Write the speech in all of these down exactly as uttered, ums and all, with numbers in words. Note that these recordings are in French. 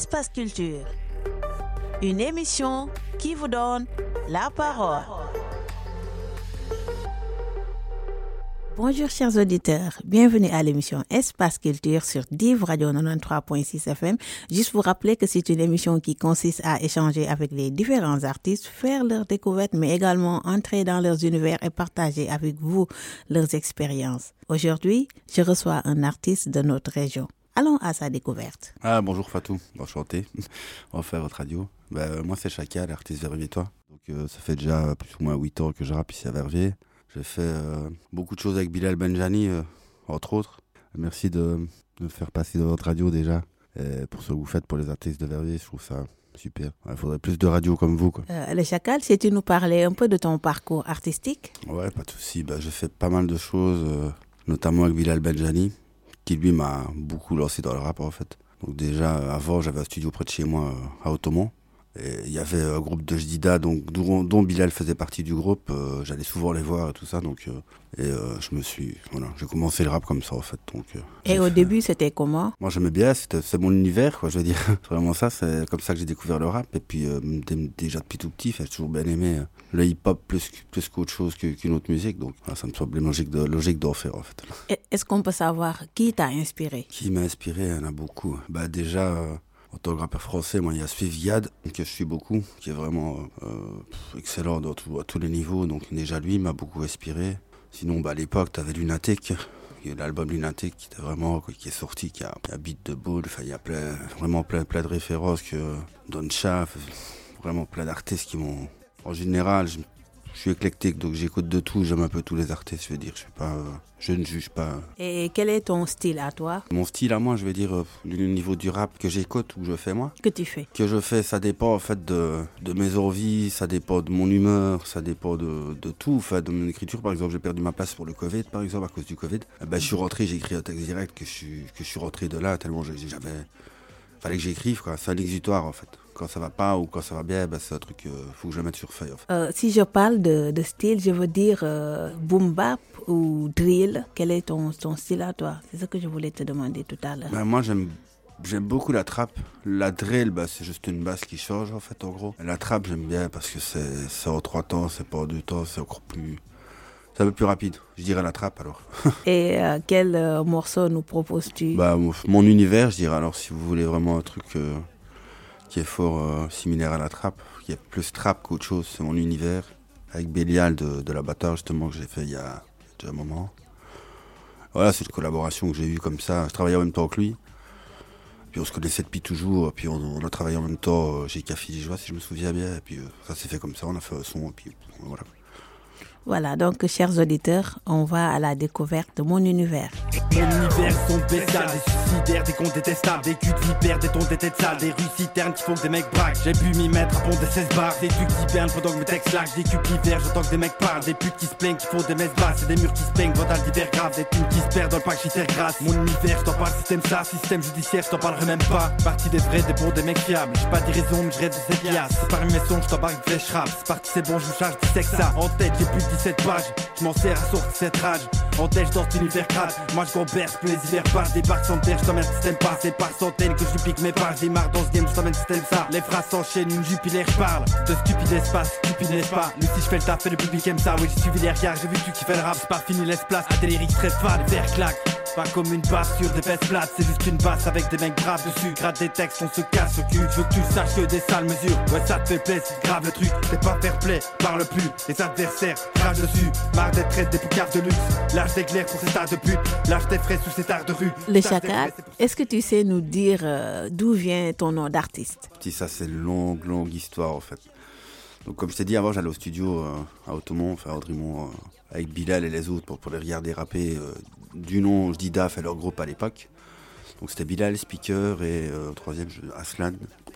Espace Culture, une émission qui vous donne la parole. Bonjour chers auditeurs, bienvenue à l'émission Espace Culture sur Div Radio quatre-vingt-treize virgule six F M. Juste vous rappeler que c'est une émission qui consiste à échanger avec les différents artistes, faire leurs découvertes, mais également entrer dans leurs univers et partager avec vous leurs expériences. Aujourd'hui, je reçois un artiste de notre région. Allons à sa découverte. Ah bonjour Fatou, enchanté. On va faire votre radio. Bah, moi c'est Chaka, l'artiste verviers-toi. Donc euh, ça fait déjà plus ou moins huit ans que je rappe ici à Verviers. J'ai fait euh, beaucoup de choses avec Bilal Benjani, euh, entre autres. Merci de me faire passer dans votre radio déjà. Et pour ce que vous faites pour les artistes de Verviers, je trouve ça super. Il faudrait plus de radios comme vous, quoi. Euh, le Chacal, si tu nous parlais un peu de ton parcours artistique. Ouais, pas de souci. Bah, j'ai fait pas mal de choses, euh, notamment avec Bilal Benjani, qui lui m'a beaucoup lancé dans le rap en fait. Donc déjà, avant, j'avais un studio près de chez moi euh, à Ottoman. Et il y avait un groupe de Jdida, donc, dont, dont Bilal faisait partie du groupe. Euh, j'allais souvent les voir et tout ça. Donc, euh, et euh, je me suis, voilà, j'ai commencé le rap comme ça en fait. Donc, euh, et au fait... début, c'était comment? Moi, j'aimais bien. C'était, c'est mon univers, quoi. Je veux dire, c'est vraiment ça. C'est comme ça que j'ai découvert le rap. Et puis euh, déjà depuis tout petit, j'ai toujours bien aimé euh, le hip-hop plus plus qu'autre chose que, qu'une autre musique. Donc, voilà, ça me semblait logique de logique d'en faire en fait. Et est-ce qu'on peut savoir qui t'a inspiré? Qui m'a inspiré? Il y en a beaucoup. Bah déjà. Euh, En tant que rappeur français, moi, il y a Sfiviad, que je suis beaucoup, qui est vraiment euh, excellent dans tout, à tous les niveaux. Donc déjà, lui m'a beaucoup inspiré. Sinon, bah, à l'époque, tu avais Lunatic, l'album Lunatic qui était vraiment, qui est sorti, qui a, qui a Beat de Bull. Enfin, il y a plein, vraiment plein, plein de références, que Don Cha, vraiment plein d'artistes qui m'ont... En général, je, je suis éclectique, donc j'écoute de tout, j'aime un peu tous les artistes, je veux dire, je suis pas... Euh, Je ne juge pas. Et quel est ton style à toi? Mon style à moi, je vais dire, euh, le niveau du rap que j'écoute ou que je fais moi. Que tu fais? Que je fais, ça dépend en fait de, de mes envies, ça dépend de mon humeur, ça dépend de, de tout. Enfin, de mon écriture, par exemple, j'ai perdu ma place pour le Covid, par exemple, à cause du Covid. Eh ben, je suis rentré, j'ai écrit un texte direct que je suis, que je suis rentré de là, tellement j'avais... Fallait que j'écrive, quoi. C'est un exutoire, en fait. Quand ça va pas ou quand ça va bien, ben, c'est un truc, euh, faut que je le mette sur feuille, en fait. Euh, si je parle de, de style, je veux dire euh, boom bap ou drill. Quel est ton, ton style à toi? C'est ça que je voulais te demander tout à l'heure. Ben, moi, j'aime, j'aime beaucoup la trap. La drill, ben, c'est juste une basse qui change, en fait, en gros. La trap, j'aime bien parce que c'est, c'est en trois temps, c'est pas en deux temps, c'est encore plus... C'est un peu plus rapide. Je dirais la trap, alors. Et euh, quel euh, morceau nous proposes-tu? Bah, mon, mon univers, je dirais. Alors, si vous voulez vraiment un truc euh, qui est fort euh, similaire à la trap, qui est plus trap qu'autre chose, c'est mon univers. Avec Bélial de, de la Bâtard, justement, que j'ai fait il y a déjà un moment. Voilà, c'est une collaboration que j'ai eue comme ça. Je travaillais en même temps que lui. Puis on se connaissait depuis toujours. Puis on, on a travaillé en même temps euh, chez Café Lijois, si je me souviens bien. Et puis euh, ça s'est fait comme ça, on a fait un son. Et puis voilà. Voilà, donc, chers auditeurs, on va à la découverte de mon univers. Mon univers sont bestiales, des suicidaires, des cons détestables, des culs de vipères, des tons des têtes sales, des rues citernes qui font que des mecs braquent. J'ai pu m'y mettre à pont des seize bars, des trucs qui bernent pendant que mes textes lâchent, des cubes l'hiver, j'entends que des mecs parlent, des putes qui se plaignent, qui font des messes basses, et des murs qui se plaignent, vandales d'hiver grave, des thunes qui se perdent dans le pack j'y grasse. Mon univers, je t'en parle système ça, système judiciaire, je t'en parlerai même pas. Parti des vrais, des bons, des mecs fiables, j'ai pas des raisons, mais je rêve de cette liasse. Parmi mes sons, je t'en parle avec flèche rap, c'est parti, c'est bon, je vous charge du sexe ça. En tête, j'ai plus de dix-sept pages. Je m'en sers à sortir cette rage. En tête, je dors cet univers crade. Moi, je gamberge, plus les hivers passent. Débarque sans terre, je t'emmène système pas. C'est par centaines que je lui pique mes pages. J'ai marre dans ce game, je t'emmène système ça. Les phrases s'enchaînent, une jupilaire, je parle. De stupide espace, stupide n'est-ce pas. Lui, si je fais le taf, et le public aime ça. Oui, j'ai suivi les regards, j'ai vu tu qui fais le rap. C'est pas fini, laisse place à des lyrics très fades. Les verres claquent. Pas comme une basse sur des fesses plates, c'est juste une basse avec des mecs braves dessus. Gratte des textes, on se casse au cul. Je veux que tu le saches que des sales mesures. Ouais, ça te fait plaisir, c'est grave le truc. T'es pas fair play, parle plus. Les adversaires, crachent dessus. Marre d'être traite des poucaves de luxe. Lâche des glaires pour ces tas de putes. Lâche des frais sous ces tares de rue. Le Chacal, est-ce que tu sais nous dire euh, d'où vient ton nom d'artiste? Si, ça, c'est une longue, longue histoire en fait. Donc, comme je t'ai dit avant, j'allais au studio euh, à Ottoman, enfin à Audremont, euh, avec Bilal et les autres pour, pour les regarder rapper. Euh, du nom, je dis Daf et leur groupe à l'époque. Donc c'était Bilal, Speaker et euh, troisième, Aslan.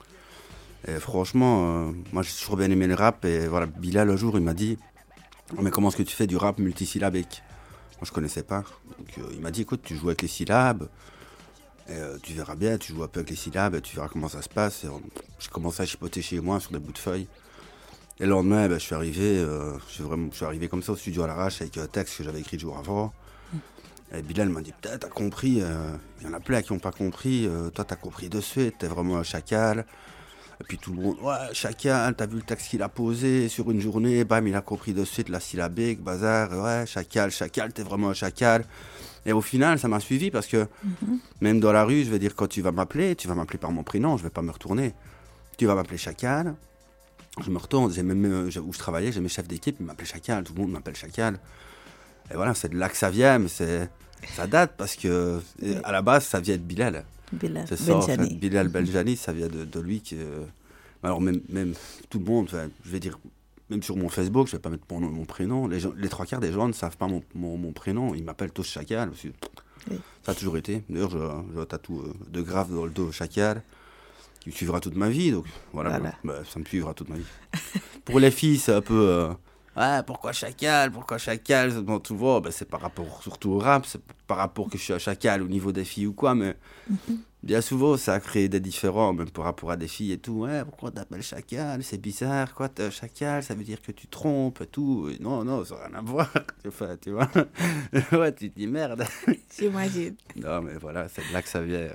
Et franchement, euh, moi j'ai toujours bien aimé le rap. Et voilà, Bilal un jour il m'a dit oh, mais comment est-ce que tu fais du rap multisyllabique? Moi je connaissais pas. Donc euh, il m'a dit écoute, tu joues avec les syllabes. Et, euh, tu verras bien, tu joues un peu avec les syllabes et tu verras comment ça se passe. Et on, j'ai commencé à chipoter chez moi sur des bouts de feuilles. Et le lendemain, ben, je suis arrivé, euh, je, suis vraiment, je suis arrivé comme ça au studio à l'arrache avec un texte que j'avais écrit le jour avant. Et Bilal m'a dit, putain, t'as compris, il euh, y en a plein qui n'ont pas compris, euh, toi t'as compris de suite, t'es vraiment un chacal. Et puis tout le monde, ouais, chacal, t'as vu le texte qu'il a posé sur une journée, bam, il a compris de suite la syllabique, bazar, ouais, chacal, chacal, t'es vraiment un chacal. Et au final, ça m'a suivi parce que mm-hmm. même dans la rue, je veux dire, quand tu vas m'appeler, tu vas m'appeler par mon prénom, je vais pas me retourner. Tu vas m'appeler chacal, je me retourne, j'ai même, où je travaillais, j'ai mes chefs d'équipe, ils m'appelaient chacal, tout le monde m'appelle chacal. Et voilà, c'est de là que ça vient, mais c'est, ça date parce que, oui. à la base, ça vient de Bilal. Bilal c'est ça, en fait. Bilal mm-hmm. Beljani, ça vient de, de lui. Que, alors, même, même tout le monde, enfin, je vais dire, même sur mon Facebook, je vais pas mettre mon, mon prénom. Les, gens, les trois quarts des gens ne savent pas mon, mon, mon prénom. Ils m'appellent tous Chacal. Parce que, oui. Ça a toujours été. D'ailleurs, j'ai un tatou de grave dans le dos Chacal, qui me suivra toute ma vie. Donc, voilà, voilà. Bah, ça me suivra toute ma vie. Pour les filles, c'est un peu. Euh, ouais, pourquoi chacal, pourquoi chacal, bon, tu vois, ben, c'est par rapport surtout au rap, c'est par rapport que je suis un chacal au niveau des filles ou quoi, mais mm-hmm. bien souvent ça a créé des différends, même par rapport à des filles et tout. Ouais, pourquoi t'appelles chacal, c'est bizarre, quoi, t'es un chacal, ça veut dire que tu trompes et tout. Et non, non, ça n'a rien à voir, enfin, tu vois. Ouais, tu te dis merde. J'imagine. Non, mais voilà, c'est de là que ça vient.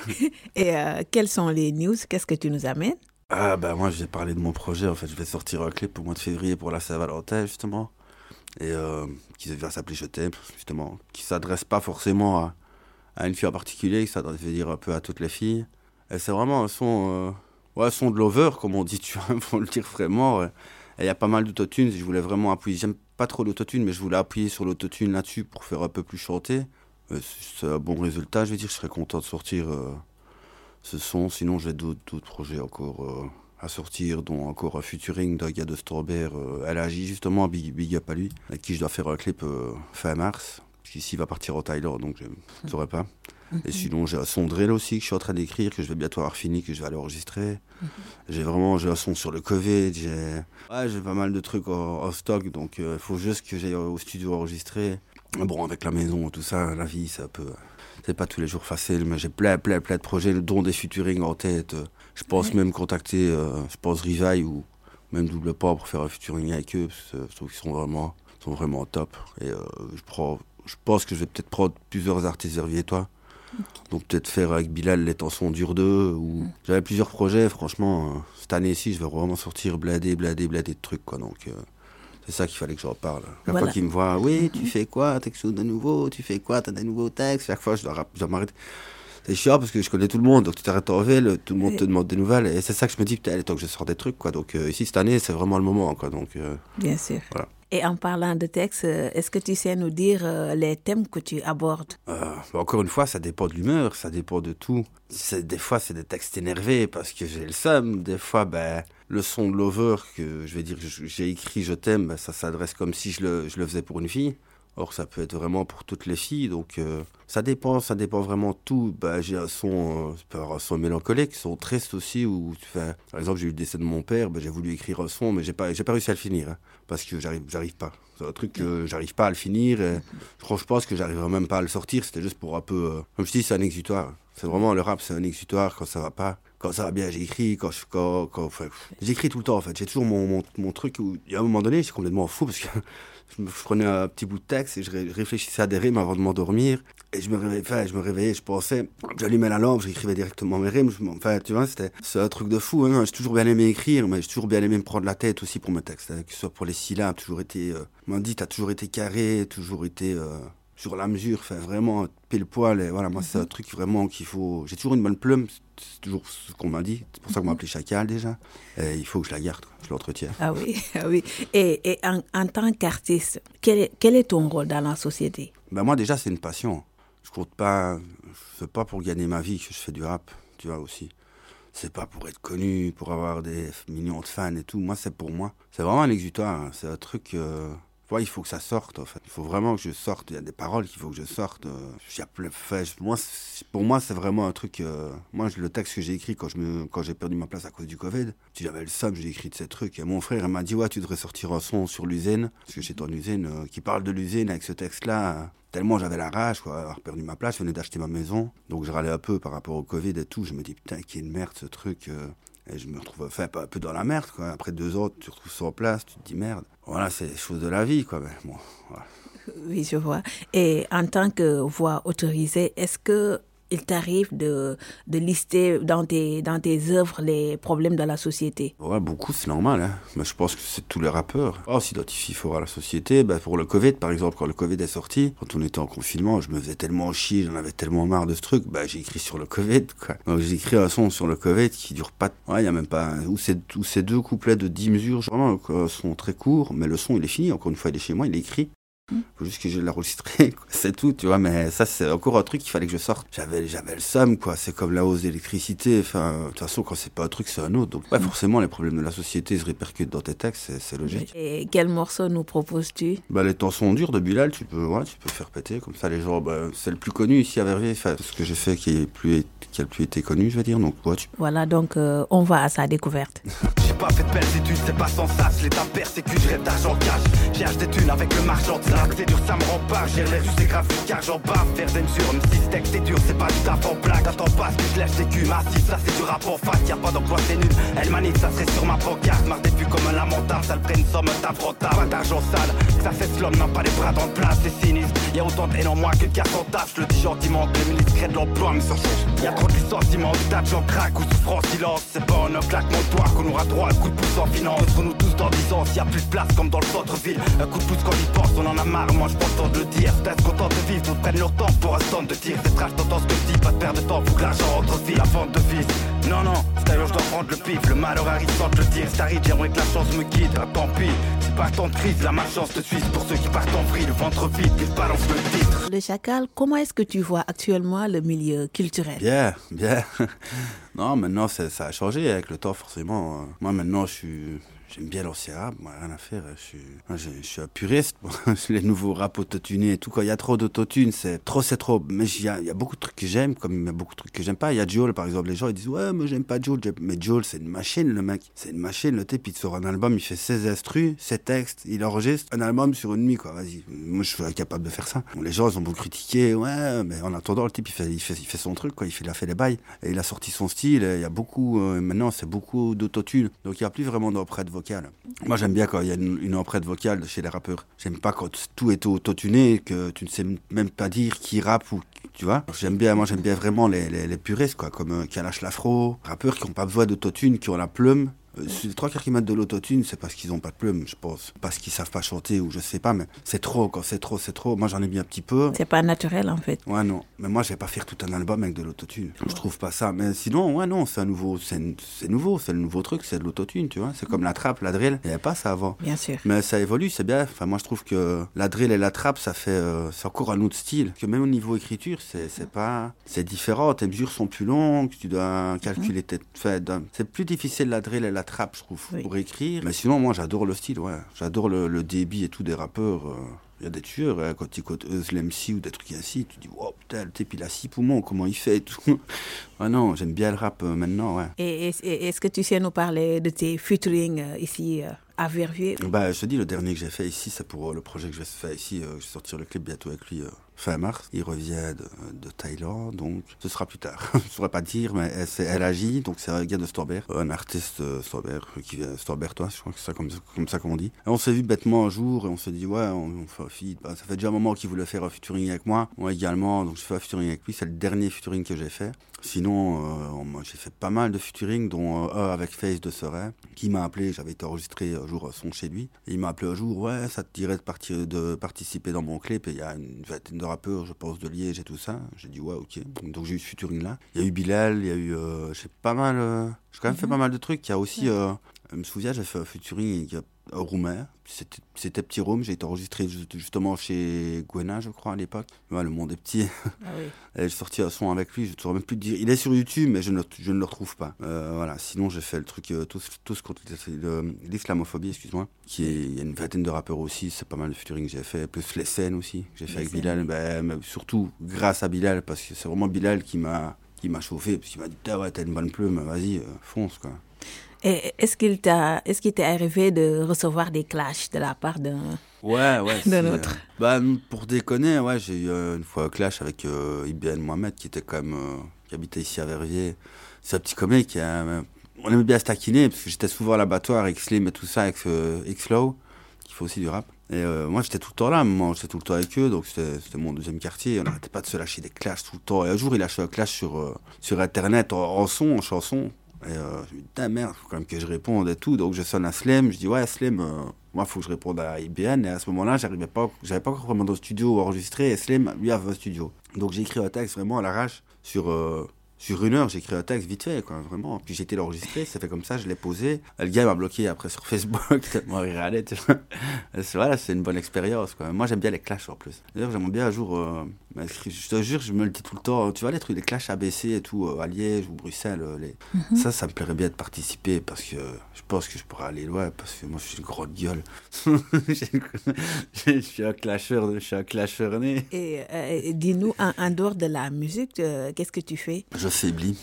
Et euh, quelles sont les news, qu'est-ce que tu nous amènes? Ah bah moi je vais parler de mon projet, en fait je vais sortir un clip au mois de février pour la Saint-Valentin justement, et euh, qui va s'appeler Je t'aime justement, qui s'adresse pas forcément à, à une fille en particulier, qui s'adresse veut dire un peu à toutes les filles, et c'est vraiment un son, euh, ouais, un son de lover comme on dit, tu vois, faut le dire vraiment, ouais. Et il y a pas mal d'autotune, je voulais vraiment appuyer, j'aime pas trop l'autotune mais je voulais appuyer sur l'autotune là-dessus pour faire un peu plus chanter, et c'est un bon résultat, je vais dire, je serais content de sortir... Euh, ce son, sinon j'ai d'autres, d'autres projets encore euh, à sortir, dont encore un featuring d'un gars de Strawberry, euh, L A J justement, big, big up à lui, avec qui je dois faire un clip euh, fin mars, parce qu'ici il va partir au Thaïlande, donc je ne saurais pas. Mm-hmm. Et sinon j'ai un son drill aussi que je suis en train d'écrire, que je vais bientôt avoir fini, que je vais aller enregistrer. Mm-hmm. J'ai vraiment j'ai un son sur le Covid, j'ai, ouais, j'ai pas mal de trucs en, en stock, donc il euh, faut juste que j'aille au studio enregistrer. Bon, avec la maison, tout ça, la vie, c'est un peu... C'est pas tous les jours facile, mais j'ai plein, plein, plein de projets, dont des featuring en tête. Je pense ouais. même contacter, euh, je pense Rivaille ou même Double Pas pour faire un featuring avec eux, parce que je trouve qu'ils sont vraiment, sont vraiment top. Et euh, je, prends, je pense que je vais peut-être prendre plusieurs artistes verviétois. Okay. Donc peut-être faire avec Bilal Les Temps sont durs deux. Ou... Mm. J'avais plusieurs projets, franchement. Euh, cette année-ci, je vais vraiment sortir bladé, bladé, bladé de trucs, quoi. Donc... Euh, c'est ça qu'il fallait que j'en parle. Chaque voilà. fois qu'ils me voient, oui, tu fais quoi, t'as quelque chose de nouveau, tu fais quoi, t'as des nouveaux textes. Chaque fois, je dois, je dois m'arrêter. C'est chiant parce que je connais tout le monde, donc tu t'arrêtes en ville, tout le monde oui. te demande des nouvelles. Et c'est ça que je me dis, putain, il est temps que je sors des trucs, quoi. Donc euh, ici, cette année, c'est vraiment le moment, quoi. Donc, euh, bien sûr. Voilà. Et en parlant de textes, est-ce que tu sais nous dire euh, les thèmes que tu abordes? euh, bah Encore une fois, ça dépend de l'humeur, ça dépend de tout. C'est, des fois, c'est des textes énervés parce que j'ai le seum. Des fois, ben, le son de Lover, que je vais dire, j'ai écrit Je t'aime, ben, ça s'adresse comme si je le, je le faisais pour une fille. Or, ça peut être vraiment pour toutes les filles, donc euh, ça dépend, ça dépend vraiment de tout. Bah, j'ai un son, euh, un son mélancolique, un son triste aussi, où, enfin, par exemple, j'ai eu le décès de mon père, bah, j'ai voulu écrire un son, mais j'ai pas, j'ai pas réussi à le finir, hein, parce que j'arrive, j'arrive pas. C'est un truc que j'arrive pas à le finir, et je crois, je pense que j'arriverai même pas à le sortir, c'était juste pour un peu, euh, comme je dis, c'est un exutoire. C'est vraiment, le rap, c'est un exutoire quand ça va pas. Quand ça va bien, j'écris, quand je, quand, quand, enfin, j'écris tout le temps, en fait. J'ai toujours mon, mon, mon truc où, il y a un moment donné, c'est complètement fou, parce que je, me, je prenais un petit bout de texte et je ré, réfléchissais à des rimes avant de m'endormir. Et je me réveillais, enfin, je me réveillais, je pensais, j'allumais la lampe, j'écrivais directement mes rimes. Je, enfin, tu vois, c'était, c'est un truc de fou, hein. J'ai toujours bien aimé écrire, mais j'ai toujours bien aimé me prendre la tête aussi pour mes textes, hein, que ce soit pour les syllabes, toujours été, euh, m'ont dit, t'as toujours été carré, toujours été, euh, sur la mesure, enfin, vraiment, pile poil, et voilà, moi, mm-hmm. c'est un truc vraiment qu'il faut, j'ai toujours une bonne plume, c'est toujours ce qu'on m'a dit, c'est pour ça qu'on m'a appelé Chacal déjà, et il faut que je la garde, je l'entretiens. Ah oui, ah oui. Et, et en, en tant qu'artiste, quel est, quel est ton rôle dans la société? Ben moi déjà c'est une passion, je compte pas, je fais pas pour gagner ma vie que je fais du rap, tu vois aussi. C'est pas pour être connu, pour avoir des millions de fans et tout, moi c'est pour moi. C'est vraiment un exutoire, hein. C'est un truc... Euh... Ouais, il faut que ça sorte, en fait. Il faut vraiment que je sorte. Il y a des paroles qu'il faut que je sorte. Euh, enfin, moi, pour moi, c'est vraiment un truc... Euh, moi, le texte que j'ai écrit quand, je me, quand j'ai perdu ma place à cause du Covid, si j'avais le seum, j'ai écrit de ces trucs. Et mon frère, il m'a dit, ouais, tu devrais sortir un son sur l'usine, parce que j'étais en usine, euh, qui parle de l'usine avec ce texte-là. Euh, tellement j'avais la rage, quoi, avoir perdu ma place. Je venais d'acheter ma maison. Donc, je râlais un peu par rapport au Covid et tout. Je me dis, putain, quelle merde, ce truc... Euh, Et je me retrouve enfin, un peu dans la merde, quoi. Après deux ans, tu te retrouves sur place, tu te dis merde. Voilà, c'est les choses de la vie, quoi. Mais bon, voilà. Oui, je vois. Et en tant que voix autorisée, est-ce que il t'arrive de, de lister dans tes, dans tes œuvres les problèmes de la société? Ouais, beaucoup, c'est normal. Hein. Mais je pense que c'est tous les rappeurs. Oh, s'identifie fort à la société. Bah, pour le Covid, par exemple, quand le Covid est sorti, quand on était en confinement, je me faisais tellement chier, j'en avais tellement marre de ce truc. Bah, j'ai écrit sur le Covid, quoi. Donc, j'ai écrit un son sur le Covid qui dure pas. Ouais, il y a même pas. Où c'est, où c'est deux couplets de dix mesures, vraiment, quoi, sont très courts, mais le son, il est fini. Encore une fois, il est chez moi, il est écrit. Il faut juste que je l'enregistre, c'est tout, tu vois, mais ça, c'est encore un truc qu'il fallait que je sorte. J'avais, j'avais le seum, quoi, c'est comme la hausse d'électricité, enfin, de toute façon, quand c'est pas un truc, c'est un autre. Donc, ouais, forcément, les problèmes de la société se répercutent dans tes textes, c'est, c'est logique. Et quel morceau nous proposes-tu? Bah, les temps sont durs de Bilal, tu peux, ouais, tu peux faire péter, comme ça, les gens, bah, c'est le plus connu ici à Verviers, enfin, ce que j'ai fait qui, est plus, qui a le plus été connu, je veux dire, donc, ouais, tu... Voilà, donc, euh, on va à sa découverte. J'ai pas fait de belles études, c'est pas sans sas, l'état persécute, je rêve d'argent cash. J'ai acheté des thunes avec le marchand de l'arc, c'est dur, ça me rend pas. J'ai l'air juste des graphiques car j'en bave, faire des mesures, même si ce texte est dur, c'est pas du taf en blague. T'attends pas ce que je lèche des culs massifs, ça c'est du rap en face, y'a pas d'emploi, c'est nul. Elle manif, ça serait sur ma pancarte, marre des vues comme un lamentable, ça le prenne somme, un taf rentable. Pas d'argent sale, que ça fait l'homme n'a pas les bras dans le place, c'est sinistre. Y'a autant de haine en moi que de casse en tâche, je le dis gentiment, que le ministre crée de l'emploi, mais sur y'a trop de licenciements, de tas de gens craquent ou souffrent en silence. C'est pas un claquement de doigts qu'on aura droit à un coup de pouce en finance. Entre nous tous dans dix ans, s'il y a plus de place comme dans le centre-ville. Un coup de pouce quand on y pense, on en a marre, moi je prends le temps de le dire. Peut-être content de vivre, d'autres prennent leur temps pour un stand de tir. C'est trash, t'entends ce que je dis, pas de perdre de temps, faut que l'argent entre vie. La vente de vis, non non, c'est d'ailleurs je dois prendre le pif. Le malheur arrive sans te le dire, c'est arrive, j'aimerais que la chance me guide. Ah, tant pis, c'est pas tant de crise, la malchance te suit. Pour ceux qui partent en vrille, le ventre vide, puis balance le titre. Le Chacal, comment est-ce que tu vois actuellement le milieu culturel? Bien, bien. Non, maintenant, ça, ça a changé avec le temps, forcément. Moi, maintenant, je suis... J'aime bien l'ancien rap, moi, rien à faire. Je suis, moi, je, je suis un puriste. Les nouveaux rap autotunés et tout. Quand il y a trop d'autotune, c'est trop, c'est trop. Mais il y a, y a beaucoup de trucs que j'aime, comme il y a beaucoup de trucs que j'aime pas. Il y a Joel, par exemple. Les gens, ils disent, ouais, moi, j'aime pas Joel. Mais Joel, c'est une machine, le mec. C'est une machine. Le type, il te sort un album, il fait seize instrus, sept textes, il enregistre un album sur une nuit, quoi. Vas-y. Moi, je suis incapable de faire ça. Bon, les gens, ils ont beau critiquer, ouais, mais en attendant, le type, il fait, il fait, il fait son truc, quoi. Il, fait, il a fait les bails. Et il a sorti son style. Il y a beaucoup, euh, maintenant, c'est beaucoup d'autotune. Donc, il n'y a plus vraiment d'empreinte vocale. Moi, j'aime bien quand il y a une, une empreinte vocale chez les rappeurs. J'aime pas quand tout est autotuné, que tu ne sais même pas dire qui rappe ou, tu vois. J'aime bien, moi, j'aime bien vraiment les, les, les puristes, quoi, comme euh, Kalash Lafro, rappeurs qui n'ont pas besoin d'autotune, qui ont la plume. Les trois quarts qui mettent de l'autotune, c'est parce qu'ils n'ont pas de plume, je pense. Parce qu'ils savent pas chanter ou je sais pas, mais c'est trop, quand c'est trop, c'est trop. Moi, j'en ai mis un petit peu. C'est pas naturel, en fait. Ouais, non. Mais moi, je vais pas faire tout un album avec de l'autotune. Je trouve pas ça. Mais sinon, ouais, non, c'est un nouveau, c'est, c'est nouveau, c'est le nouveau truc, c'est de l'autotune, tu vois. C'est comme la trappe, la drill. Il n'y avait pas ça avant. Bien sûr. Mais ça évolue, c'est bien. Enfin, moi, je trouve que la drill et la trappe, ça fait, euh, c'est encore un autre style. Que même au niveau écriture, c'est, c'est pas, c'est différent. Tes mesures sont plus longues, tu dois calculer tes, enfin, c'est plus difficile la drill et la trappe, je trouve. Oui. Pour écrire, mais sinon moi j'adore le style, ouais, j'adore le, le débit et tout des rappeurs. Il euh, y a des tueurs, hein, quand tu écoutes Eusl M C ou des trucs ainsi, tu dis wow putain le type il a six poumons, comment il fait et tout. Ouais non, j'aime bien le rap euh, maintenant, ouais. Et, et, et est-ce que tu sais nous parler de tes featuring euh, ici euh, à Verviers? Bah je te dis, le dernier que j'ai fait ici, c'est pour euh, le projet que je vais faire ici. Euh, je vais sortir le clip bientôt avec lui. Euh, fin mars, il revient de, de Thaïlande, donc ce sera plus tard. Je ne saurais pas dire, mais c'est L A J, donc c'est un gars de Storbert, un artiste euh, Storbert, qui vient Storbertois, je crois que c'est ça, comme, comme ça qu'on dit. Et on s'est vu bêtement un jour et on s'est dit ouais, on, on fait un feat. Bah, ça fait déjà un moment qu'il voulait faire un featuring avec moi, moi également, donc je fais un featuring avec lui, c'est le dernier featuring que j'ai fait. Sinon, euh, on, j'ai fait pas mal de featuring, dont euh, un avec Face de Seray, qui m'a appelé, j'avais été enregistré un jour son chez lui, et il m'a appelé un jour, ouais, ça te dirait de, partir, de participer dans mon clip, et il y a une vingtaine de rappeurs, je pense, de Liège et tout ça. J'ai dit ouais, ok. Donc j'ai eu ce featuring là. Il y a eu Bilal, il y a eu, euh, j'ai pas mal, euh, j'ai quand même mm-hmm. fait pas mal de trucs. Il y a aussi, euh, je me souviens, j'ai fait un featuring avec un Roumain. C'était, c'était Petit Rome, j'ai été enregistré justement chez Gwena, je crois, à l'époque. Ouais, le monde est petit. Ah oui. Et j'ai sorti un son avec lui, je ne saurais même plus te dire. Il est sur YouTube, mais je ne, je ne le retrouve pas. Euh, voilà. Sinon, j'ai fait le truc euh, tous, tous contre l'islamophobie, excuse-moi. Qui est, il y a une vingtaine de rappeurs aussi, c'est pas mal de featuring que j'ai fait. Plus les scènes aussi, que j'ai fait les avec scènes. Bilal. Ben, mais surtout grâce à Bilal, parce que c'est vraiment Bilal qui m'a, qui m'a chauffé, parce qu'il m'a dit ah ouais, t'as une bonne plume, vas-y, euh, fonce, quoi. Et est-ce qu'il t'a, est-ce qu'il t'est arrivé de recevoir des clashs de la part d'un, ouais, ouais, d'un autre? Euh, bah, pour déconner, ouais, j'ai eu euh, une fois un clash avec euh, Ibn Mohamed, qui était quand même, euh, qui habitait ici à Verviers. C'est un petit comique, qui a, euh, on aimait bien se taquiner, parce que j'étais souvent à l'abattoir avec Slim et tout ça, avec euh, X-Low, qui fait aussi du rap. Et euh, moi, j'étais tout le temps là, moi, j'étais tout le temps avec eux, donc c'était, c'était mon deuxième quartier. On n'arrêtait pas de se lâcher des clashs tout le temps. Et un jour, il lâchait un clash sur, euh, sur Internet, en, en son, en chanson. Et euh, je me dis, ah merde, faut quand même que je réponde et tout. Donc je sonne à Slem, je dis, ouais, Slem, euh, moi, il faut que je réponde à I B N. Et à ce moment-là, j'arrivais pas, j'avais pas encore vraiment dans le studio enregistré. Et Slem, lui, avait un studio. Donc j'ai écrit un texte vraiment à l'arrache sur... Euh, Sur une heure, j'ai écrit un texte vite fait, quoi, vraiment. Puis j'ai été l'enregistrer, c'est fait comme ça, je l'ai posé. Le gars m'a bloqué après sur Facebook, tellement il râlait, tu vois. C'est, voilà, c'est une bonne expérience, quoi. Moi, j'aime bien les clashs en plus. D'ailleurs, j'aimerais bien un jour euh, m'inscrire. Je te jure, je me le dis tout le temps. Tu vois, les trucs, les clashs A B C et tout, euh, à Liège ou Bruxelles, euh, les... Mm-hmm. ça, ça me plairait bien de participer parce que je pense que je pourrais aller loin parce que moi, je suis une grosse gueule. Je suis un clasheur, je suis un clasheur né. Et euh, dis-nous, en, en dehors de la musique, euh, qu'est-ce que tu fais? Je faiblis.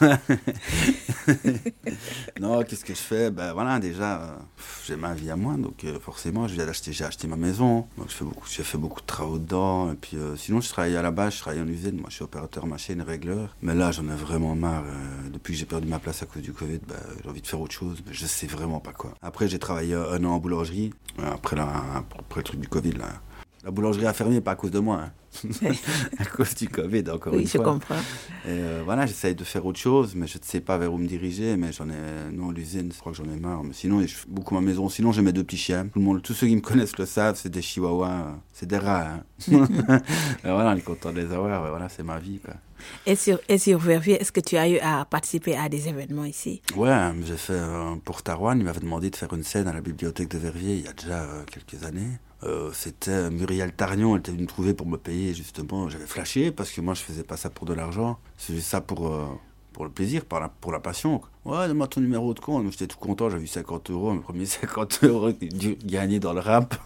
Non, qu'est-ce que je fais? Ben voilà, déjà, euh, j'ai ma vie à moi, donc euh, forcément, je viens d'acheter, j'ai acheté ma maison, donc je fais beaucoup, j'ai fait beaucoup de travaux dedans. Et puis, euh, sinon, je travaillais à la base, je travaillais en usine. Moi, je suis opérateur machine, régleur. Mais là, j'en ai vraiment marre. Euh, depuis que j'ai perdu ma place à cause du Covid, ben, j'ai envie de faire autre chose, mais je sais vraiment pas quoi. Après, j'ai travaillé un an en boulangerie. Après, là, après le truc du Covid, là. La boulangerie a fermé, pas à cause de moi, hein. À cause du Covid, encore oui, une fois. Oui, je comprends. Et euh, voilà, j'essaye de faire autre chose, mais je ne sais pas vers où me diriger. Mais j'en ai, non, l'usine, je crois que j'en ai marre. Mais sinon, je fais beaucoup ma maison. Sinon, j'ai mes deux petits chiens. Tout le monde, tous ceux qui me connaissent le savent, c'est des chihuahuas, c'est des rats. Hein. Et voilà, on est content de les avoir. Voilà, c'est ma vie, quoi. Et sur, et sur Verviers, est-ce que tu as eu à participer à des événements ici? Ouais, j'ai fait euh, pour Tarouane, il m'avait demandé de faire une scène à la bibliothèque de Verviers il y a déjà euh, quelques années. Euh, c'était Muriel Tarnion, elle était venue me trouver pour me payer justement. J'avais flashé parce que moi je faisais pas ça pour de l'argent, je faisais ça pour, euh, pour le plaisir, pour la, pour la passion, quoi. Ouais, donne-moi ton numéro de compte. J'étais tout content, j'avais eu cinquante euros, mes premiers cinquante euros gagnés dans le rap.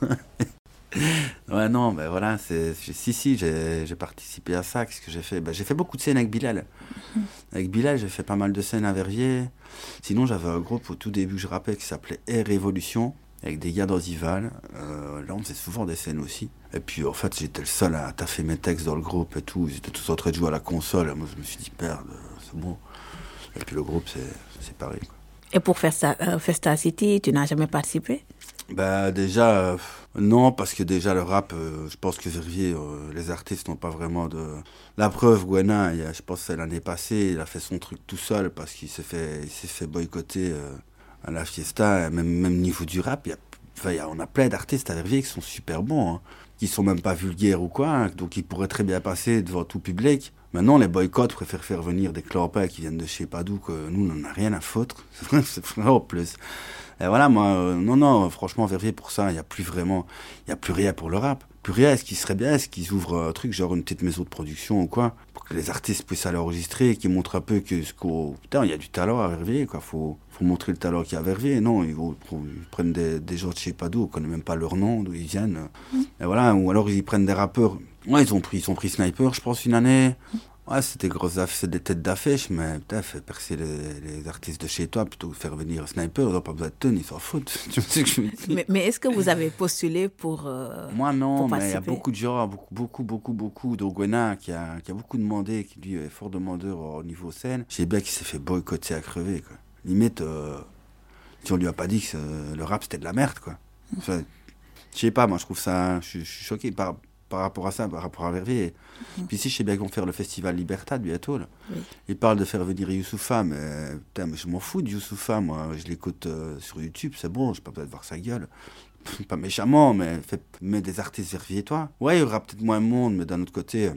Ouais, non, ben voilà, c'est, si, si, j'ai, j'ai participé à ça. Qu'est-ce que j'ai fait? Ben, j'ai fait beaucoup de scènes avec Bilal. Mmh. Avec Bilal, j'ai fait pas mal de scènes à Verviers. Sinon, j'avais un groupe au tout début, je rappelle, qui s'appelait Air Révolution, avec des gars d'Anzival. Euh, là, on faisait souvent des scènes aussi. Et puis, en fait, j'étais le seul à taffer mes textes dans le groupe et tout. Ils étaient tous en train de jouer à la console. Moi, je me suis dit, merde, c'est bon. Et puis, le groupe, c'est, c'est pareil, quoi. Et pour Festa, euh, Festa City, tu n'as jamais participé? Bah déjà, euh, non, parce que déjà le rap, euh, je pense que Verviers, euh, les artistes n'ont pas vraiment de... La preuve, Gwenin, il y a, je pense que c'est l'année passée, il a fait son truc tout seul parce qu'il s'est fait, il s'est fait boycotter euh, à la Fiesta. Même, même niveau du rap, il y a, enfin, il y a, on a plein d'artistes à Verviers qui sont super bons, hein, qui sont même pas vulgaires ou quoi, hein, donc ils pourraient très bien passer devant tout public. Maintenant, les boycotts préfèrent faire venir des clampins qui viennent de je sais pas d'où, que nous, on n'en a rien à foutre. C'est vrai en plus. Et voilà, moi, euh, non, non, franchement, Verviers, pour ça, il n'y a plus vraiment, il n'y a plus rien pour le rap. Plus rien, est-ce qu'il serait bien, est-ce qu'ils ouvrent un truc, genre une petite maison de production ou quoi, pour que les artistes puissent aller enregistrer, qui montrent un peu que, ce qu'au... Putain, il y a du talent à Verviers, quoi, faut, faut montrer le talent qu'il y a à Verviers. Non, ils, vont, ils prennent des, des gens de je sais pas d'où, on connaît même pas leur nom, d'où ils viennent. Mmh. Et voilà, ou alors ils prennent des rappeurs. Ouais, ils ont pris, ils ont pris Sniper, je pense, une année. Ouais, c'était grosses affiches, c'est des têtes d'affiches, mais putain, fais percer les, les artistes de chez toi plutôt que faire venir Sniper, ils n'ont pas besoin de tonnes, ils s'en foutent. Tu sais que je me dis. Mais, mais est-ce que vous avez postulé pour euh, Moi non, pour mais il y a beaucoup de gens, beaucoup, beaucoup, beaucoup, beaucoup. d'Ogwena qui a, qui a beaucoup demandé, qui lui est fort demandeur au niveau scène. J'ai bien qu'il s'est fait boycotter à crever, quoi. Limite, euh, si on lui a pas dit que euh, le rap c'était de la merde, quoi. Enfin, je sais pas, moi je trouve ça, je suis choqué par. par rapport à ça, par rapport à Verviers. Mmh. Puis ici, je sais bien qu'ils vont faire le festival Libertad bientôt. Là. Oui. Ils parlent de faire venir Youssoupha, mais, putain, mais je m'en fous de Youssoupha, moi. Je l'écoute euh, sur YouTube, c'est bon, je n'ai pas besoin de voir sa gueule. Pas méchamment, mais fait, mets des artistes verviétois. Ouais, il y aura peut-être moins de monde, mais d'un autre côté,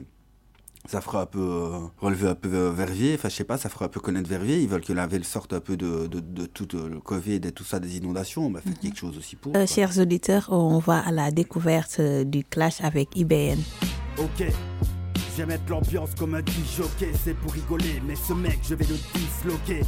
ça fera un peu euh, relever un peu euh, Verviers. Enfin, je sais pas, ça fera un peu connaître Verviers. Ils veulent que la ville sorte un peu de, de, de tout euh, le Covid et tout ça, des inondations. Bah, faites mm-hmm. quelque chose aussi pour. Euh, chers auditeurs, on va à la découverte euh, du clash avec I B N. Ok, j'aime mettre l'ambiance comme un disjockey. C'est pour rigoler, mais ce mec, je vais le disloquer.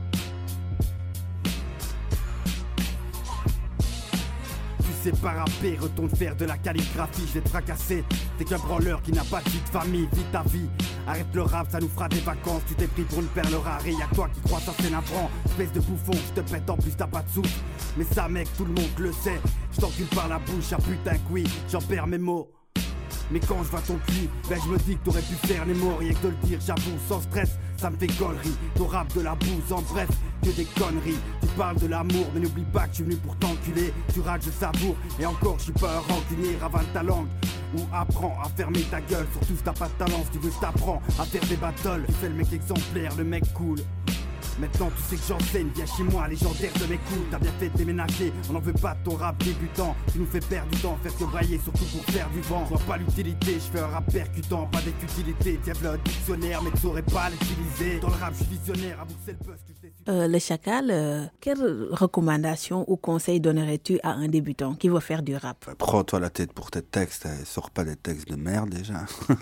C'est pas rapper, retourne faire de la calligraphie. Je vais te fracasser, t'es qu'un branleur qui n'a pas de vie de famille. Vis ta vie, arrête le rap, ça nous fera des vacances. Tu t'es pris pour une perle rare et y'a que toi qui crois ça c'est navrant. Espèce de bouffon, je te pète en plus t'as pas de souffle. Mais ça mec, tout le monde le sait. Je t'encule par la bouche, ah putain que oui, j'en perds mes mots. Mais quand je vois ton cul, ben je me dis que t'aurais pu faire les mots. Rien que de le dire, j'avoue, sans stress, ça me fait gollerie. Ton rap de la bouse, en bref, que des conneries. Tu parles de l'amour, mais n'oublie pas que je suis venu pour t'enculer. Tu rages, je savoure, et encore je suis pas un rancunier. Ravale ta langue, ou apprends à fermer ta gueule. Surtout si t'as pas de talent, si tu veux je t'apprends à faire des battles. Tu fais le mec exemplaire, le mec cool. Maintenant tu sais que j'enseigne, viens chez moi, légendaire de mes coups. T'as bien fait de déménager, on n'en veut pas de ton rap débutant. Tu nous fais perdre du temps, faire que brailler, surtout pour faire du vent. Je vois pas l'utilité, je fais un rap percutant, pas des futilités. Tiens le dictionnaire, mais tu saurais pas l'utiliser. Dans le rap je suis visionnaire, avoue que c'est le buzz, tu sais. Euh, le Chacal, euh, quelle recommandation ou conseil donnerais-tu à un débutant qui veut faire du rap? Enfin, prends-toi la tête pour tes textes, hein. Sors pas des textes de merde déjà.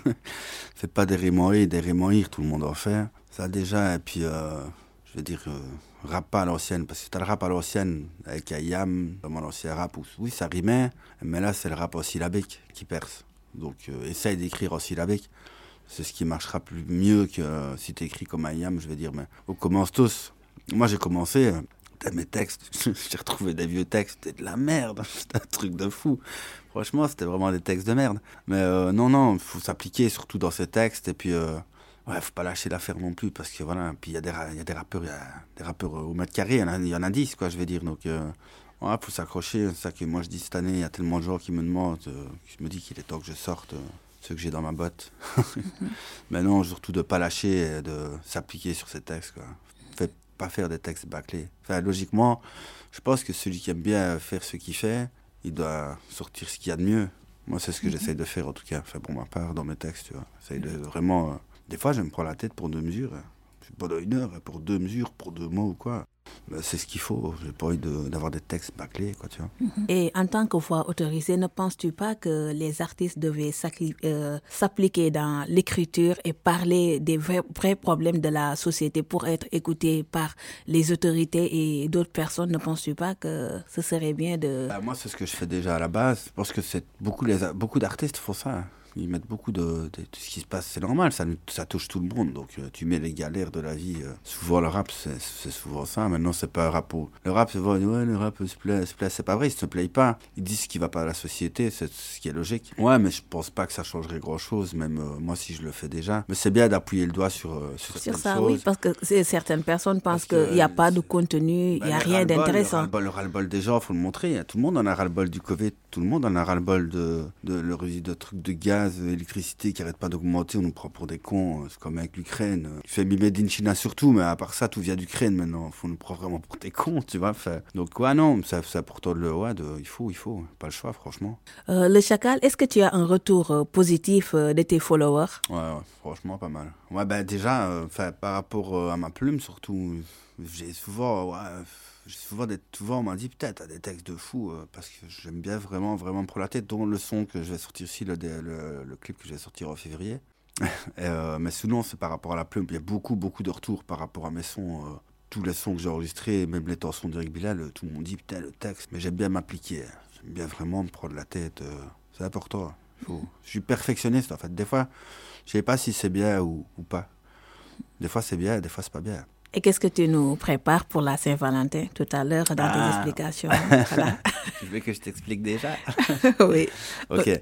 Fais pas des rimes en rire, des rimes en rire, tout le monde en fait. Ça déjà, et puis... Euh... Je veux dire, euh, rap pas à l'ancienne, parce que t'as le rap à l'ancienne avec Ayam, vraiment l'ancien rap, où oui ça rimait, mais là c'est le rap en syllabique qui perce. Donc euh, essaye d'écrire en syllabique, c'est ce qui marchera plus mieux que euh, si t'écris comme Ayam, je veux dire, mais on commence tous. Moi j'ai commencé, euh, mes textes, j'ai retrouvé des vieux textes, c'était de la merde, c'était un truc de fou. Franchement c'était vraiment des textes de merde. Mais euh, non, non, il faut s'appliquer surtout dans ces textes, et puis... Euh, Ouais, faut pas lâcher l'affaire non plus, parce que voilà, puis il y a des, il y a des rappeurs, il y a des rappeurs au mètre carré, il y en a, il y en a dix, quoi, je veux dire, donc, euh, ouais, faut s'accrocher, c'est ça que moi je dis cette année, il y a tellement de gens qui me demandent, euh, je me dis qu'il est temps que je sorte euh, ce que j'ai dans ma botte. Mm-hmm. Mais non, surtout de pas lâcher, et de s'appliquer sur ces textes, quoi. Fait pas faire des textes bâclés. Enfin, logiquement, je pense que celui qui aime bien faire ce qu'il fait, il doit sortir ce qu'il y a de mieux. Moi, c'est ce que mm-hmm. j'essaye de faire, en tout cas, enfin, pour ma part, dans mes textes, tu vois. J'essaye de vraiment... Euh, Des fois, je me prends la tête pour deux mesures. Pendant une heure, pour deux mesures, pour deux mots ou quoi. Ben, c'est ce qu'il faut. J'ai pas envie de, d'avoir des textes bâclés, quoi, tu vois. Et en tant que voix autorisée, ne penses-tu pas que les artistes devaient euh, s'appliquer dans l'écriture et parler des vrais, vrais problèmes de la société pour être écoutés par les autorités et d'autres personnes? Ne penses-tu pas que ce serait bien de... Ben, moi, c'est ce que je fais déjà à la base. Parce que c'est beaucoup, les, beaucoup d'artistes font ça. Ils mettent beaucoup de, de, de ce qui se passe, c'est normal, ça, ça touche tout le monde. Donc euh, tu mets les galères de la vie. Euh, souvent le rap, c'est, c'est souvent ça. Maintenant, c'est pas un rap. Au... Le rap, c'est vrai, ouais, le rap se plaît, se plaît. C'est pas vrai, ils se plaisent pas. Ils disent ce qui va pas à la société, c'est ce qui est logique. Ouais, mais je pense pas que ça changerait grand chose, même euh, moi si je le fais déjà. Mais c'est bien d'appuyer le doigt sur, euh, sur, sur ça, choses. Oui, parce que c'est, certaines personnes pensent qu'il n'y a pas de contenu, il ben, n'y a rien d'intéressant. Le ras-le-bol, le ras-le-bol des gens, il faut le montrer. Tout le monde en a ras-le-bol du Covid, tout le monde en a ras-le-bol de, de, de, de, de trucs de gaz, d'électricité qui arrête pas d'augmenter, on nous prend pour des cons, c'est comme avec l'Ukraine. Il fait made in China surtout, mais à part ça, tout vient d'Ukraine maintenant. On nous prend vraiment pour des cons, tu vois. Fait. Donc, ouais, non, ça, ça pourtant le ouais, de, il faut, il faut, pas le choix, franchement. Euh, le Chacal, est-ce que tu as un retour euh, positif euh, de tes followers? Ouais, ouais, franchement, pas mal. Ouais, ben déjà, euh, par rapport euh, à ma plume, surtout, j'ai souvent, ouais, j'ai souvent, des, souvent on m'a dit, putain, t'as des textes de fou, euh, parce que j'aime bien vraiment, vraiment me prendre la tête, dont le son que je vais sortir ici, le, le, le clip que je vais sortir en février. Et, euh, mais sinon, c'est par rapport à la plume. Il y a beaucoup, beaucoup de retours par rapport à mes sons. Euh, tous les sons que j'ai enregistrés, même les chansons d'Eric Bilal, tout le monde dit, putain, le texte. Mais j'aime bien m'appliquer. J'aime bien vraiment me prendre la tête. Euh, c'est important. Faut... Je suis perfectionniste, en fait. Des fois, je sais pas si c'est bien ou, ou pas. Des fois, c'est bien, des fois, c'est pas bien. Et qu'est-ce que tu nous prépares pour la Saint-Valentin tout à l'heure dans ah. tes explications? Voilà. Tu veux que je t'explique déjà? Oui. Ok.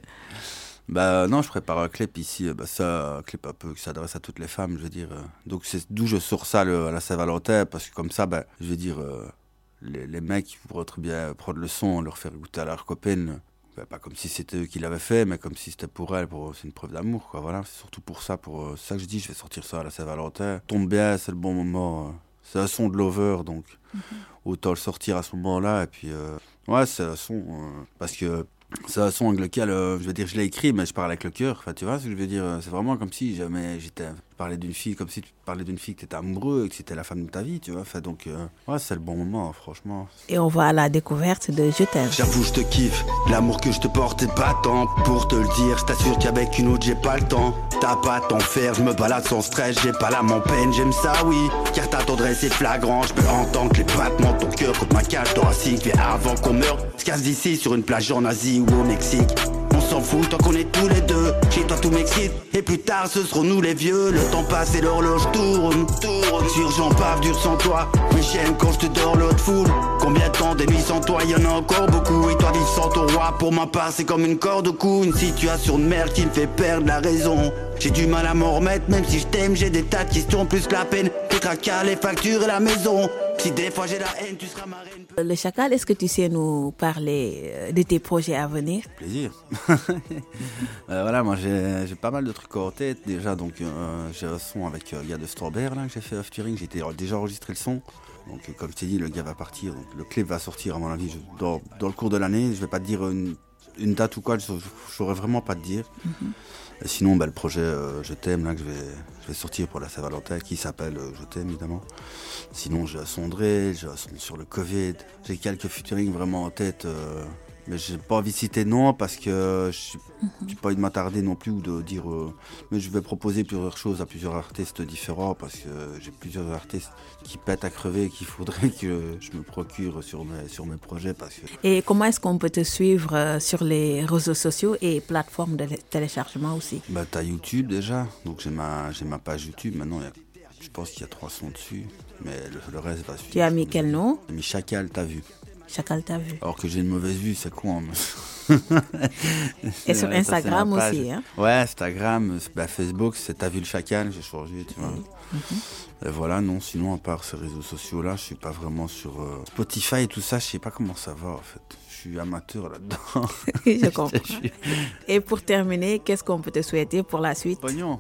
Bah non, je prépare un clip ici, bah ça, un clip un peu qui s'adresse à toutes les femmes, je veux dire. Donc c'est d'où je sors ça le, à la Saint-Valentin, parce que comme ça, bah, je veux dire, euh, les, les mecs pourraient très bien prendre le son, leur faire goûter à leur copine. Bah, pas comme si c'était eux qui l'avaient fait, mais comme si c'était pour elle, pour, c'est une preuve d'amour, quoi. Voilà, c'est surtout pour ça, pour euh, ça que je dis, je vais sortir ça à la Saint-Valentin. Tombe bien, c'est le bon moment. Euh, c'est un son de lover, donc mm-hmm. autant le sortir à ce moment-là. Et puis, euh, ouais, c'est un son, euh, parce que c'est un son avec lequel, euh, je veux dire, je l'ai écrit, mais je parle avec le cœur. Enfin, tu vois ce que je veux dire? C'est vraiment comme si jamais j'étais... Je parlais d'une fille, comme si tu parlais d'une fille que tu étais amoureux et que c'était la femme de ta vie, tu vois. Enfin, donc, euh, ouais, c'est le bon moment, franchement. Et on va à la découverte de Je t'aime. J'avoue, je te kiffe. L'amour que je te porte est pas tant pour te le dire. Je t'assure qu'avec une autre, j'ai pas le temps. T'as pas à t'en faire, je me balade sans stress. J'ai pas l'âme en peine, j'aime ça, oui. Car ta tendresse est flagrant. Je peux entendre les battements de ton cœur contre ma cage thoracique. Mais avant qu'on meure, se casse d'ici sur une plage en Asie ou au Mexique. On s'en fout tant qu'on est tous les deux. Chez toi tout m'excite. Et plus tard ce seront nous les vieux. Le temps passe et l'horloge tourne, tourne. Surgent pas dur sans toi. Mais j'aime quand je te dors l'autre foule. Combien de temps des nuits sans toi, y'en a encore beaucoup. Et toi vivre sans ton roi, pour ma part c'est comme une corde au cou. Une situation de merde qui me fait perdre la raison. J'ai du mal à m'en remettre, même si je t'aime, j'ai des tas de questions, plus que la peine. Tes tracas, les factures et la maison. Si des fois j'ai la haine, tu seras ma reine. Le Chacal, est-ce que tu sais nous parler de tes projets à venir? Plaisir. euh, voilà, moi j'ai, j'ai pas mal de trucs en tête déjà. Donc euh, j'ai un son avec euh, le gars de Strawberry là, que j'ai fait featuring. J'ai déjà enregistré le son. Donc euh, comme je t'ai dit, le gars va partir. Donc, le clip va sortir à mon avis je, dans, dans le cours de l'année. Je vais pas te dire une, une date ou quoi, je, je saurais vraiment pas te dire. Mm-hmm. Et sinon, bah, le projet euh, Je t'aime là que je vais, je vais sortir pour la Saint-Valentin, qui s'appelle euh, Je t'aime évidemment. Sinon, j'ai un son Dre, j'ai un son sur le Covid. J'ai quelques featuring vraiment en tête, euh, mais j'ai pas envie de citer non parce que je n'ai mm-hmm. pas envie de m'attarder non plus ou de dire. Euh, mais je vais proposer plusieurs choses à plusieurs artistes différents parce que j'ai plusieurs artistes qui pètent à crever et qu'il faudrait que je me procure sur mes, sur mes projets. Parce que... Et comment est-ce qu'on peut te suivre euh, sur les réseaux sociaux et plateformes de téléchargement aussi? Bah, t'as YouTube déjà, donc j'ai ma, j'ai ma page YouTube. Maintenant, y a, je pense qu'il y a trois sons dessus, mais le, le reste va suivre. Tu as mis quel nom? J'ai mis Chacal, t'as vu. Chacal, t'as vu. Alors que j'ai une mauvaise vue, c'est con. Mais... Et sur Instagram aussi, hein? Ouais, Instagram, bah, Facebook, c'est t'as vu le Chacal, j'ai changé, tu vois. Mm-hmm. Et voilà, non, sinon, à part ces réseaux sociaux-là, je suis pas vraiment sur euh, Spotify et tout ça, je sais pas comment ça va, en fait. Je suis amateur là-dedans. Je comprends. Et pour terminer, qu'est-ce qu'on peut te souhaiter pour la suite? Pognon.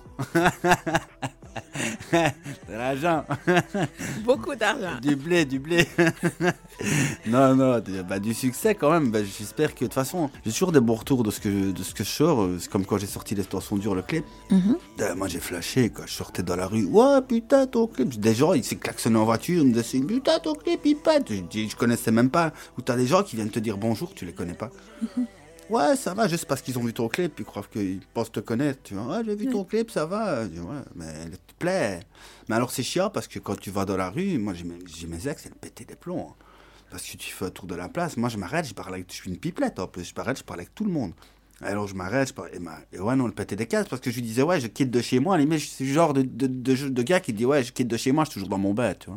De l'argent. Beaucoup d'argent. Du blé, du blé. Non, non, bah, du succès quand même. Bah, j'espère que de toute façon, j'ai toujours des bons retours de ce que, de ce que je sors. C'est comme quand j'ai sorti les Tensions Dures, le clip. Mm-hmm. Euh, moi, j'ai flashé quand je sortais dans la rue. Ouais, putain, ton clip. Des gens, ils s'est klaxonné en voiture. Ils me disaient, putain, ton clip, il pète. Je, je, je connaissais même pas. Ou t'as des gens qui viennent te dire bonjour, tu les connais pas. Mm-hmm. Ouais, ça va, juste parce qu'ils ont vu ton clip, ils croient qu'ils pensent te connaître. Tu vois, ouais, j'ai vu ton clip, ça va. Je dis, ouais, mais elle te plaît. Mais alors, c'est chiant parce que quand tu vas dans la rue, moi, j'ai mes, j'ai mes ex, elles pétaient des plombs. Hein. Parce que tu fais un tour de la place. Moi, je m'arrête, je parle avec, je suis une pipelette en plus. Je m'arrête, je parle avec tout le monde. Alors, je m'arrête, je parle. Et, ma, et ouais, non, elle pétait des cases parce que je lui disais, ouais, je quitte de chez moi. Mais je suis le genre de, de, de, de, de gars qui dit, ouais, je quitte de chez moi, je suis toujours dans mon bed, tu vois.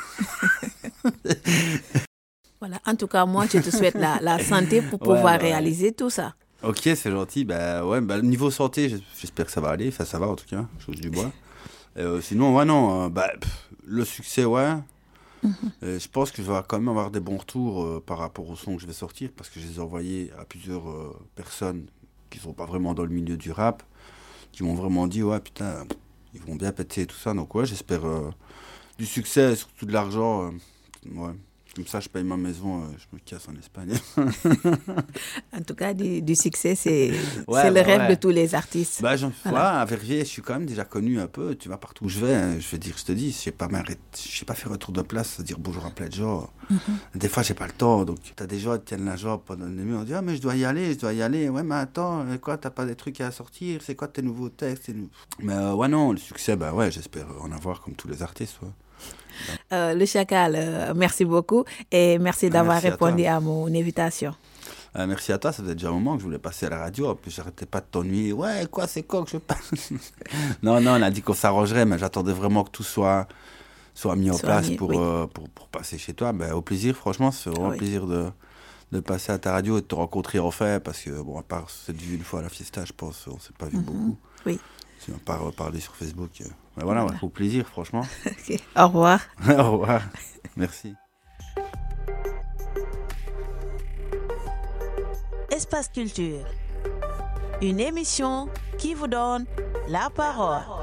Voilà, en tout cas, moi, je te souhaite la, la santé pour pouvoir ouais, bah, réaliser tout ça. Ok, c'est gentil. Bah, ouais, bah, niveau santé, j'espère que ça va aller. Enfin, ça va en tout cas, chose du bois. Euh, sinon, ouais, non, euh, bah, pff, le succès, ouais. Mm-hmm. Euh, je pense que je vais quand même avoir des bons retours euh, par rapport au son que je vais sortir parce que je les ai envoyés à plusieurs euh, personnes qui sont pas vraiment dans le milieu du rap, qui m'ont vraiment dit, ouais, putain, ils vont bien péter et tout ça. Donc, ouais, j'espère euh, du succès et surtout de l'argent. Euh, ouais. Comme ça, je paye ma maison, euh, je me casse en Espagne. En tout cas, du, du succès, c'est, ouais, c'est bah, le rêve ouais. de tous les artistes. Bah, j'en, voilà. Ouais, à Verviers, je suis quand même déjà connu un peu. Tu vois, partout où je vais, hein, je vais dire, je te dis, je sais pas, je sais pas faire un tour de place, dire bonjour à plein de gens. Mm-hmm. Des fois, j'ai pas le temps. Donc, t'as des gens qui tiennent la jambe pendant le numéro. On dit, ah, mais je dois y aller, je dois y aller. Ouais, mais attends, quoi, t'as pas des trucs à sortir? C'est quoi tes nouveaux textes? Mais euh, ouais, non, le succès, bah ouais, j'espère en avoir comme tous les artistes, ouais. Euh, le Chacal, euh, merci beaucoup et merci d'avoir merci répondu à, à mon invitation. Euh, merci à toi, ça faisait déjà un moment que je voulais passer à la radio, en plus j'arrêtais pas de t'ennuyer. Ouais, quoi, c'est quoi que je passe? Non, non, on a dit qu'on s'arrangerait, mais j'attendais vraiment que tout soit, soit mis en soit place mis, pour, oui. euh, pour, pour passer chez toi. Ben, au plaisir, franchement, c'est vraiment oui. un plaisir de, de passer à ta radio et de te rencontrer enfin, parce que, bon, à part cette vue une fois à la fiesta, je pense, on s'est pas vu mm-hmm. beaucoup. Oui. Si on part parler sur Facebook. Euh, ben voilà, voilà. Ouais, au plaisir, franchement. Okay. Au revoir. Au revoir. Merci. Espace Culture, une émission qui vous donne la parole.